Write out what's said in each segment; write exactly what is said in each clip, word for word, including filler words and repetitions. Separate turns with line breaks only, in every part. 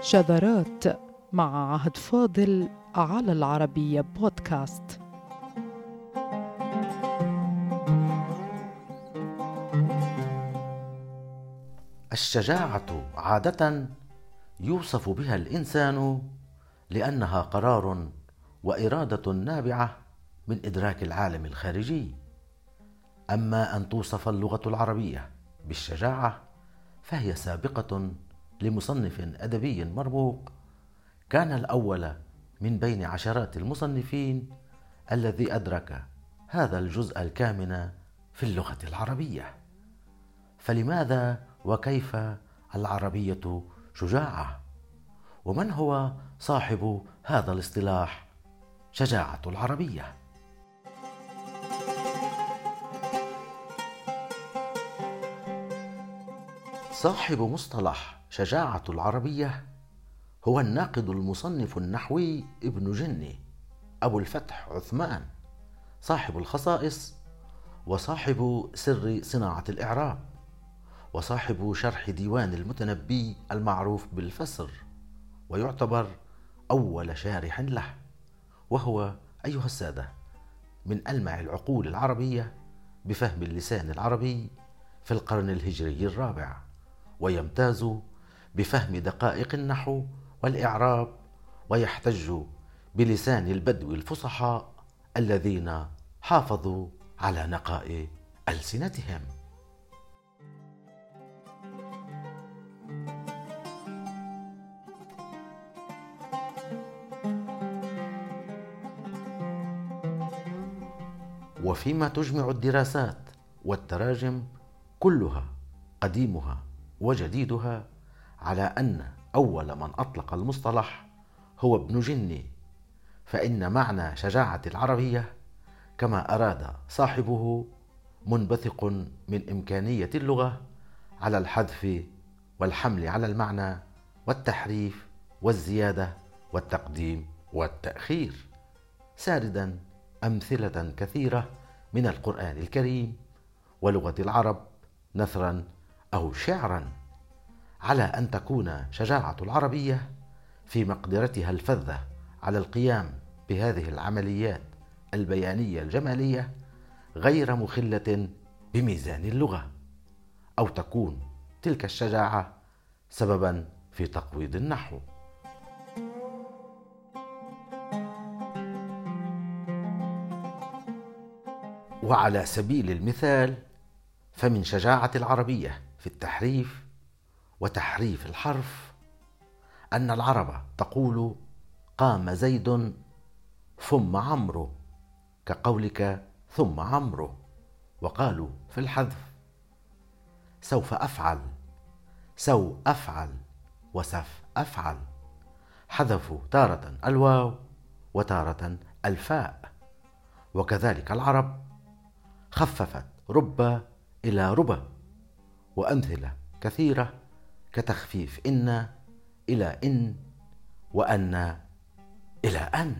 شذرات مع عهد فاضل على العربية بودكاست.
الشجاعة عادة يوصف بها الإنسان لأنها قرار وإرادة نابعة من إدراك العالم الخارجي. أما أن توصف اللغة العربية بالشجاعة فهي سابقة لمصنف أدبي مرموق كان الأول من بين عشرات المصنفين الذي أدرك هذا الجزء الكامن في اللغة العربية. فلماذا وكيف العربية شجاعة؟ ومن هو صاحب هذا الاصطلاح شجاعة العربية؟ صاحب مصطلح شجاعة العربية هو الناقد المصنف النحوي ابن جني أبو الفتح عثمان، صاحب الخصائص وصاحب سر صناعة الإعراب وصاحب شرح ديوان المتنبي المعروف بالفسر، ويعتبر أول شارح له، وهو أيها السادة من ألمع العقول العربية بفهم اللسان العربي في القرن الهجري الرابع، ويمتاز بفهم دقائق النحو والإعراب، ويحتج بلسان البدو الفصحاء الذين حافظوا على نقاء ألسنتهم. وفيما تجمع الدراسات والتراجم كلها قديمها وجديدها على أن أول من أطلق المصطلح هو ابن جني، فإن معنى شجاعة العربية كما أراد صاحبه منبثق من إمكانية اللغة على الحذف والحمل على المعنى والتحريف والزيادة والتقديم والتأخير، ساردا أمثلة كثيرة من القرآن الكريم ولغة العرب نثرا أو شعرا على أن تكون شجاعة العربية في مقدرتها الفذة على القيام بهذه العمليات البيانية الجمالية غير مخلة بميزان اللغة، أو تكون تلك الشجاعة سببا في تقويض النحو. وعلى سبيل المثال فمن شجاعة العربية في التحريف وتحريف الحرف أن العرب تقول قام زيد ثم عمرو كقولك ثم عمرو، وقالوا في الحذف سوف أفعل سو أفعل وسف أفعل، حذفوا تارة الواو وتارة الفاء. وكذلك العرب خففت رب إلى ربا، وأمثلة كثيرة كتخفيف إن إلى إن وأن إلى أن.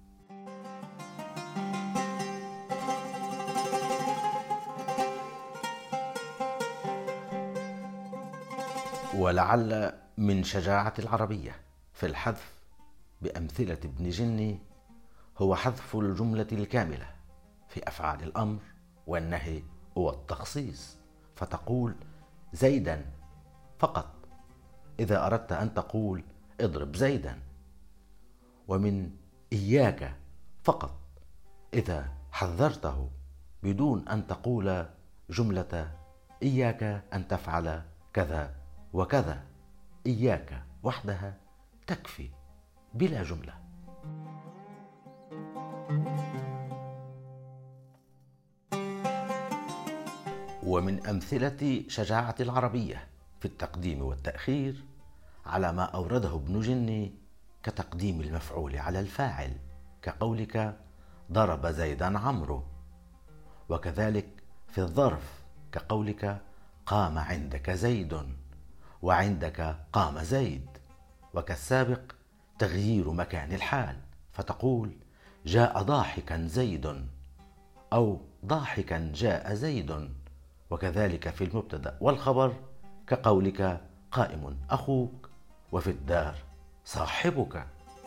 ولعل من شجاعة العربية في الحذف بأمثلة ابن جني هو حذف الجملة الكاملة في أفعال الأمر والنهي والتخصيص، فتقول زيدا فقط إذا أردت أن تقول اضرب زيدا، ومن إياك فقط إذا حذرته بدون أن تقول جملة إياك أن تفعل كذا وكذا. إياك وحدها تكفي بلا جملة. ومن أمثلة شجاعة العربية في التقديم والتأخير على ما أورده ابن جني كتقديم المفعول على الفاعل كقولك ضرب زيدا عمرو، وكذلك في الظرف كقولك قام عندك زيد وعندك قام زيد، وكالسابق تغيير مكان الحال فتقول جاء ضاحكا زيد أو ضاحكا جاء زيد، وكذلك في المبتدأ والخبر كقولك قائم أخوك وفي الدار صاحبك.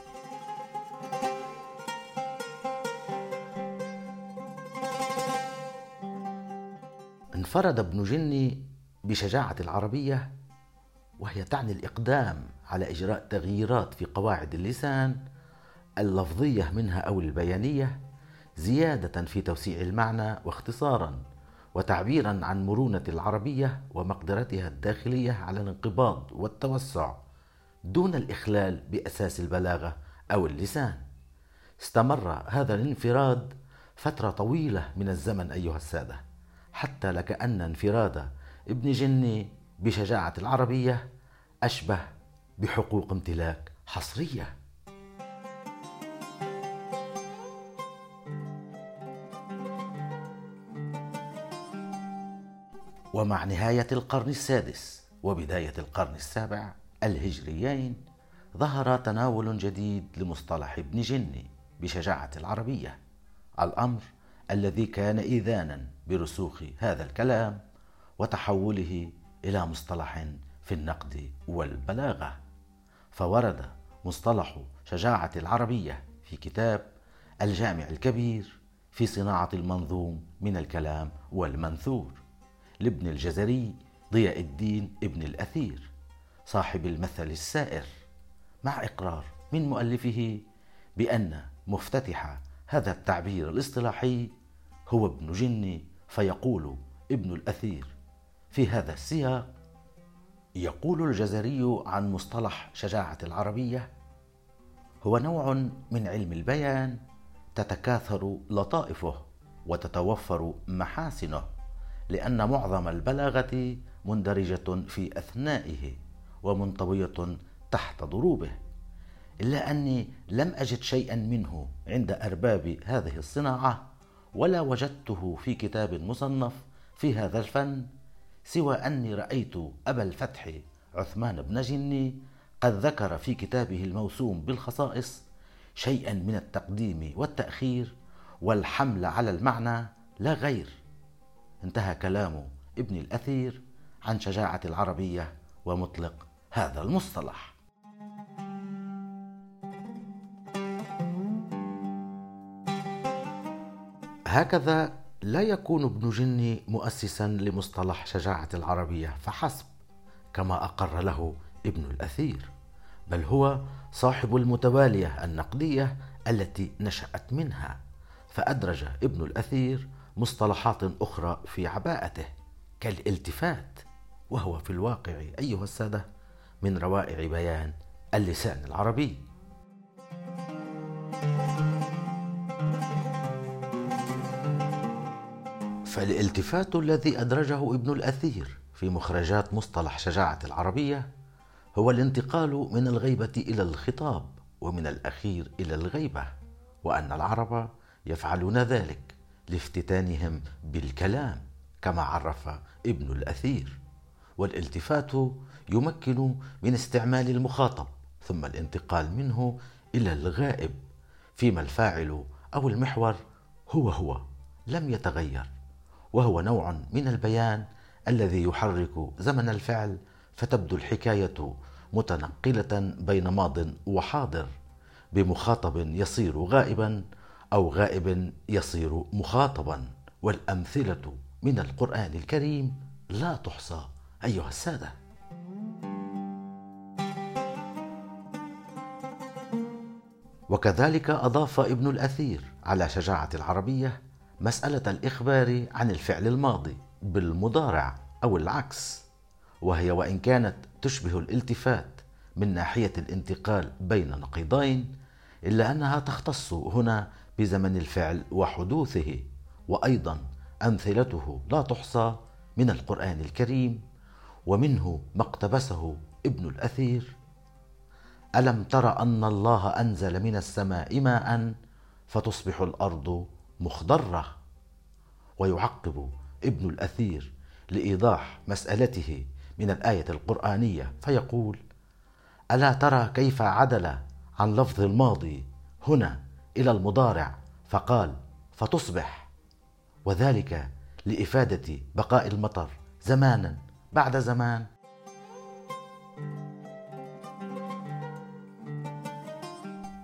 انفرد ابن جني بشجاعة العربية، وهي تعني الإقدام على إجراء تغييرات في قواعد اللسان اللفظية منها أو البيانية، زيادة في توسيع المعنى واختصارا وتعبيرا عن مرونة العربية ومقدرتها الداخلية على الانقباض والتوسع دون الإخلال بأساس البلاغة أو اللسان. استمر هذا الانفراد فترة طويلة من الزمن أيها السادة، حتى لكأن انفراد ابن جني بشجاعة العربية أشبه بحقوق امتلاك حصرية. ومع نهاية القرن السادس وبداية القرن السابع الهجريين ظهر تناول جديد لمصطلح ابن جني بشجاعة العربية، الأمر الذي كان إذانا برسوخ هذا الكلام وتحوله إلى مصطلح في النقد والبلاغة. فورد مصطلح شجاعة العربية في كتاب الجامع الكبير في صناعة المنظوم من الكلام والمنثور لابن الجزري ضياء الدين ابن الأثير صاحب المثل السائر، مع إقرار من مؤلفه بأن مفتتح هذا التعبير الاصطلاحي هو ابن جني. فيقول ابن الأثير في هذا السياق: يقول الجزري عن مصطلح شجاعة العربية: هو نوع من علم البيان تتكاثر لطائفه وتتوفر محاسنه، لأن معظم البلاغة مندرجة في أثنائه ومنطوية تحت ضروبه، إلا أني لم أجد شيئا منه عند أرباب هذه الصناعة، ولا وجدته في كتاب مصنف في هذا الفن، سوى أني رأيت أبا الفتح عثمان بن جني قد ذكر في كتابه الموسوم بالخصائص شيئا من التقديم والتأخير والحمل على المعنى لا غير. انتهى كلام ابن الأثير عن شجاعة العربية ومطلق هذا المصطلح. هكذا لا يكون ابن جني مؤسسا لمصطلح شجاعة العربية فحسب كما أقر له ابن الأثير، بل هو صاحب المتوالية النقدية التي نشأت منها، فأدرج ابن الأثير مصطلحات أخرى في عباءته كالالتفات، وهو في الواقع أيها السادة من روائع بيان اللسان العربي. فالالتفات الذي أدرجه ابن الأثير في مخرجات مصطلح شجاعة العربية هو الانتقال من الغيبة إلى الخطاب ومن الأخير إلى الغيبة، وأن العرب يفعلون ذلك لافتتانهم بالكلام كما عرف ابن الأثير. والالتفات يمكن من استعمال المخاطب ثم الانتقال منه إلى الغائب، فيما الفاعل أو المحور هو هو لم يتغير، وهو نوع من البيان الذي يحرك زمن الفعل فتبدو الحكاية متنقلة بين ماض وحاضر، بمخاطب يصير غائبا أو غائب يصير مخاطبا. والأمثلة من القرآن الكريم لا تحصى أيها السادة. وكذلك أضاف ابن الأثير على شجاعة العربية مسألة الإخبار عن الفعل الماضي بالمضارع أو العكس، وهي وإن كانت تشبه الالتفات من ناحية الانتقال بين نقيضين، إلا أنها تختص هنا بزمن الفعل وحدوثه. وأيضا أمثلته لا تحصى من القرآن الكريم، ومنه ما اقتبسه ابن الأثير: ألم تر أن الله أنزل من السماء ماء فتصبح الأرض مخضرة. ويعقب ابن الأثير لإيضاح مسألته من الآية القرآنية فيقول: ألا ترى كيف عدل عن لفظ الماضي هنا إلى المضارع فقال فتصبح، وذلك لإفادة بقاء المطر زمانا بعد زمان.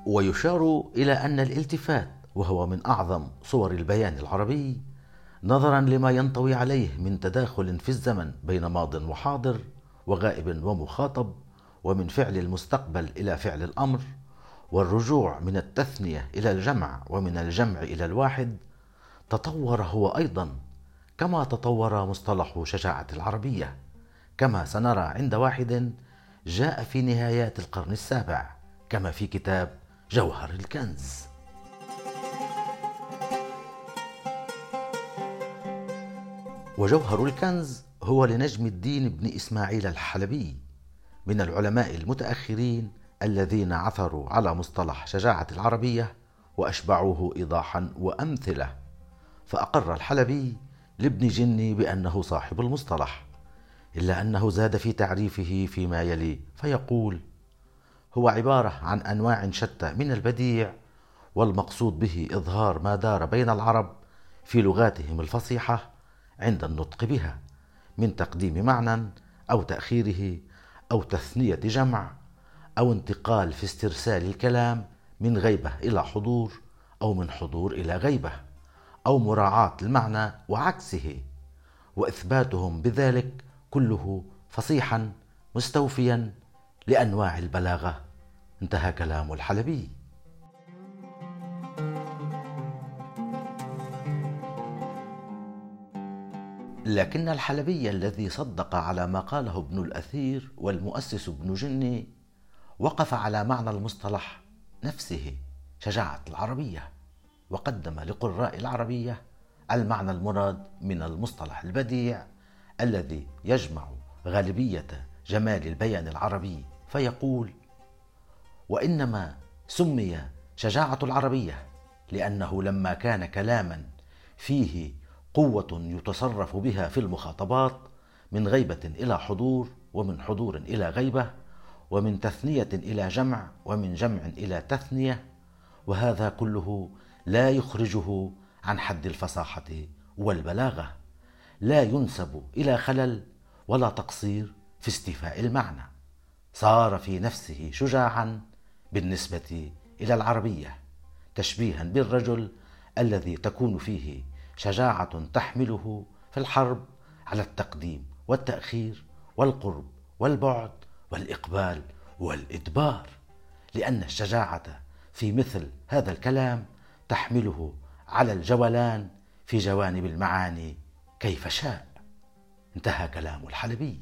ويشار إلى أن الالتفات وهو من أعظم صور البيان العربي، نظرا لما ينطوي عليه من تداخل في الزمن بين ماض وحاضر وغائب ومخاطب، ومن فعل المستقبل إلى فعل الأمر، والرجوع من التثنية إلى الجمع ومن الجمع إلى الواحد، تطور هو أيضا كما تطور مصطلح شجاعة العربية، كما سنرى عند واحد جاء في نهايات القرن السابع، كما في كتاب جوهر الكنز. وجوهر الكنز هو لنجم الدين بن إسماعيل الحلبي، من العلماء المتأخرين الذين عثروا على مصطلح شجاعة العربية وأشبعوه إيضاحا وأمثلة. فأقر الحلبي لابن جني بأنه صاحب المصطلح، إلا أنه زاد في تعريفه فيما يلي فيقول: هو عبارة عن أنواع شتى من البديع، والمقصود به إظهار ما دار بين العرب في لغاتهم الفصيحة عند النطق بها، من تقديم معنى أو تأخيره أو تثنية جمع أو انتقال في استرسال الكلام من غيبة إلى حضور أو من حضور إلى غيبة، أو مراعاة المعنى وعكسه، وإثباتهم بذلك كله فصيحا مستوفيا لأنواع البلاغة. انتهى كلام الحلبي. لكن الحلبي الذي صدق على ما قاله ابن الأثير والمؤسس ابن جني وقف على معنى المصطلح نفسه شجاعة العربية، وقدم لقراء العربية المعنى المراد من المصطلح البديع الذي يجمع غالبية جمال البيان العربي، فيقول: وإنما سمي شجاعة العربية لأنه لما كان كلاما فيه قوة يتصرف بها في المخاطبات من غيبة إلى حضور، ومن حضور إلى غيبة، ومن تثنية إلى جمع، ومن جمع إلى تثنية، وهذا كله لا يخرجه عن حد الفصاحة والبلاغة، لا ينسب إلى خلل ولا تقصير في استيفاء المعنى، صار في نفسه شجاعا بالنسبة إلى العربية، تشبيها بالرجل الذي تكون فيه شجاعة تحمله في الحرب على التقديم والتأخير والقرب والبعد والإقبال والإدبار، لأن الشجاعة في مثل هذا الكلام تحمله على الجولان في جوانب المعاني كيف شاء. انتهى كلام الحلبي.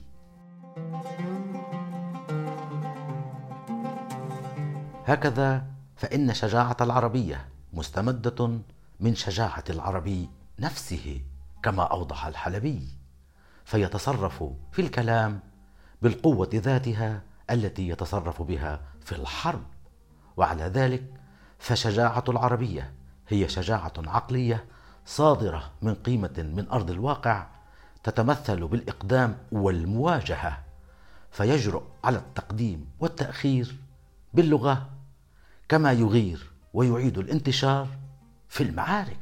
هكذا فإن شجاعة العربية مستمدة من شجاعة العربي نفسه، كما أوضح الحلبي، فيتصرف في الكلام بالقوة ذاتها التي يتصرف بها في الحرب. وعلى ذلك فشجاعة العربية هي شجاعة عقلية صادرة من قيمة من أرض الواقع، تتمثل بالإقدام والمواجهة، فيجرؤ على التقديم والتأخير باللغة كما يغير ويعيد الانتشار في المعارك.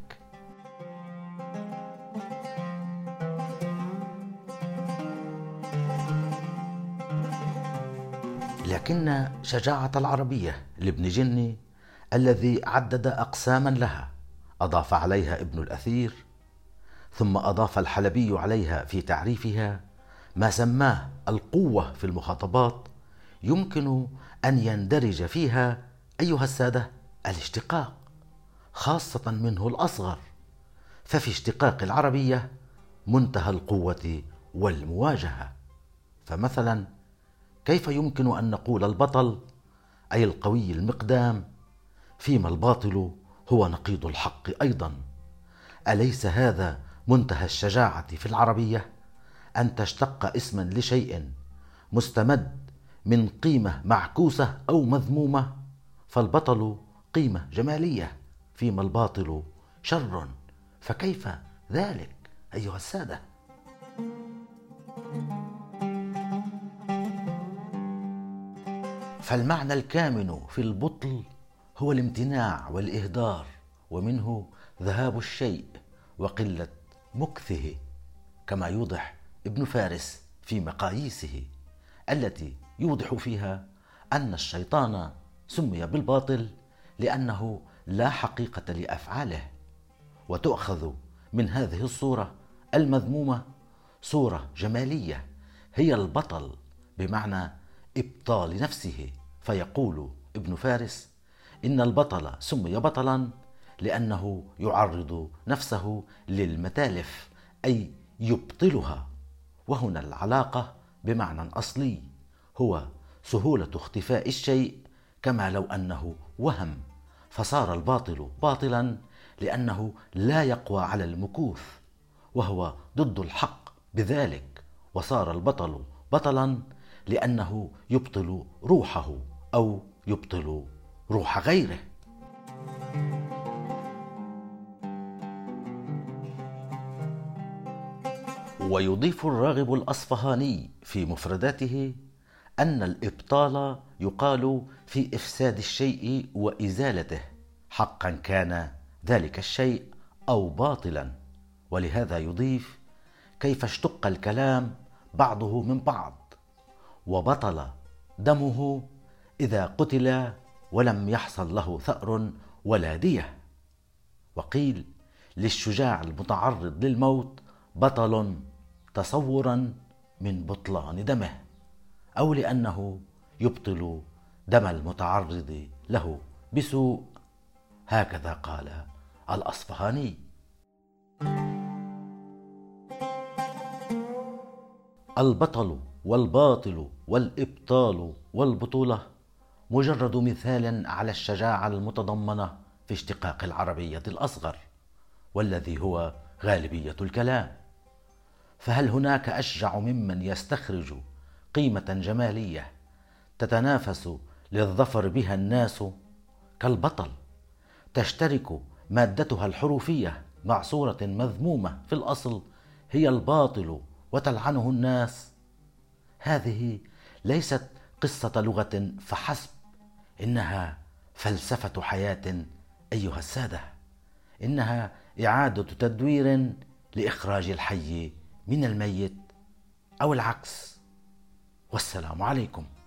لكن شجاعة العربية لابن جني الذي عدد أقساما لها أضاف عليها ابن الأثير، ثم أضاف الحلبي عليها في تعريفها ما سماه القوة في المخاطبات، يمكن أن يندرج فيها أيها السادة الاشتقاق، خاصة منه الأصغر، ففي اشتقاق العربية منتهى القوة والمواجهة. فمثلا كيف يمكن أن نقول البطل أي القوي المقدام، فيما الباطل هو نقيض الحق أيضا؟ أليس هذا منتهى الشجاعة في العربية، أن تشتق اسما لشيء مستمد من قيمة معكوسة أو مذمومة؟ فالبطل قيمة جمالية فيما الباطل شر، فكيف ذلك أيها السادة؟ فالمعنى الكامن في البطل هو الامتناع والإهدار، ومنه ذهاب الشيء وقلة مكثه، كما يوضح ابن فارس في مقاييسه التي يوضح فيها أن الشيطان سمي بالباطل لأنه لا حقيقة لأفعاله. وتؤخذ من هذه الصورة المذمومة صورة جمالية هي البطل بمعنى إبطال نفسه. فيقول ابن فارس إن البطل سمي بطلا لأنه يعرض نفسه للمتالف، أي يبطلها. وهنا العلاقة بمعنى أصلي هو سهولة اختفاء الشيء، كما لو أنه وهم، فصار الباطل باطلا لأنه لا يقوى على المكوث، وهو ضد الحق بذلك. وصار البطل بطلا لأنه يبطل روحه أو يبطل روح غيره. ويضيف الراغب الأصفهاني في مفرداته أن الإبطال يقال في إفساد الشيء وإزالته، حقا كان ذلك الشيء أو باطلا. ولهذا يضيف كيف اشتق الكلام بعضه من بعض، وبطل دمه إذا قتل ولم يحصل له ثأر ولا دية. وقيل للشجاع المتعرض للموت بطل تصورا من بطلان دمه، أو لأنه يبطل دم المتعرض له بسوء. هكذا قال الأصفهاني. البطل والباطل والإبطال والبطولة مجرد مثال على الشجاعة المتضمنة في اشتقاق العربية الأصغر، والذي هو غالبية الكلام. فهل هناك أشجع ممن يستخرج قيمة جمالية تتنافس للظفر بها الناس كالبطل، تشترك مادتها الحروفية مع صورة مذمومة في الأصل هي الباطل وتلعنه الناس؟ هذه ليست قصة لغة فحسب، إنها فلسفة حياة أيها السادة. إنها إعادة تدوير لإخراج الحي من الميت أو العكس. والسلام عليكم.